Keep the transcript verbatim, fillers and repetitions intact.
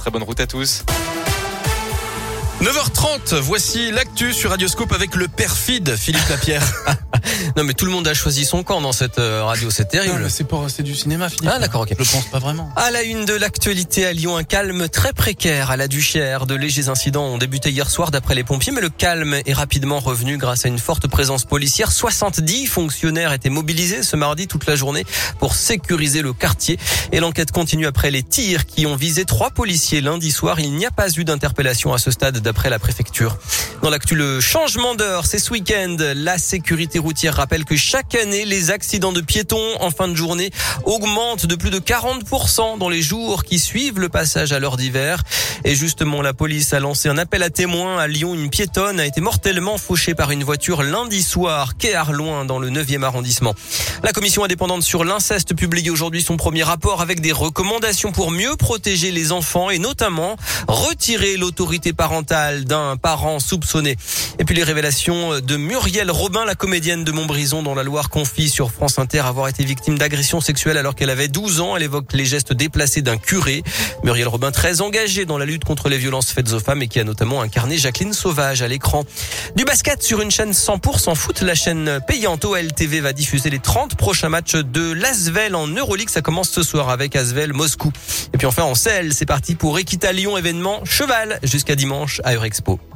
Très bonne route à tous. neuf heures trente, voici l'actu sur Radioscope avec le perfide Philippe Lapierre. Non mais tout le monde a choisi son camp dans cette radio, c'est terrible. Non, mais c'est pas, c'est du cinéma, Philippe. Ah d'accord, ok. Je pense pas vraiment. À la une de l'actualité à Lyon, un calme très précaire à la Duchère. De légers incidents ont débuté hier soir d'après les pompiers, mais le calme est rapidement revenu grâce à une forte présence policière. soixante-dix fonctionnaires étaient mobilisés ce mardi toute la journée pour sécuriser le quartier. Et l'enquête continue après les tirs qui ont visé trois policiers lundi soir. Il n'y a pas eu d'interpellation à ce stade d'après la préfecture. Dans l'actu, le changement d'heure, c'est ce week-end. La sécurité routière rappelle que chaque année, les accidents de piétons en fin de journée augmentent de plus de quarante pour cent dans les jours qui suivent le passage à l'heure d'hiver. Et justement, la police a lancé un appel à témoins à Lyon. Une piétonne a été mortellement fauchée par une voiture lundi soir, quai Arloin, dans le neuvième arrondissement. La commission indépendante sur l'inceste publie aujourd'hui son premier rapport avec des recommandations pour mieux protéger les enfants et notamment retirer l'autorité parentale d'un parent soupçonné. Et puis les révélations de Muriel Robin, la comédienne de Montbrison dont la Loire confie sur France Inter avoir été victime d'agressions sexuelles alors qu'elle avait douze ans. Elle évoque les gestes déplacés d'un curé. Muriel Robin, très engagée dans la lutte contre les violences faites aux femmes et qui a notamment incarné Jacqueline Sauvage à l'écran. Du basket sur une chaîne cent pour cent foot, la chaîne payante O L T V va diffuser les trente prochains matchs de l'Asvel en Euroleague. Ça commence ce soir avec Asvel Moscou. Et puis enfin en Selle, c'est parti pour Equita Lyon, événement cheval jusqu'à dimanche à Eurexpo.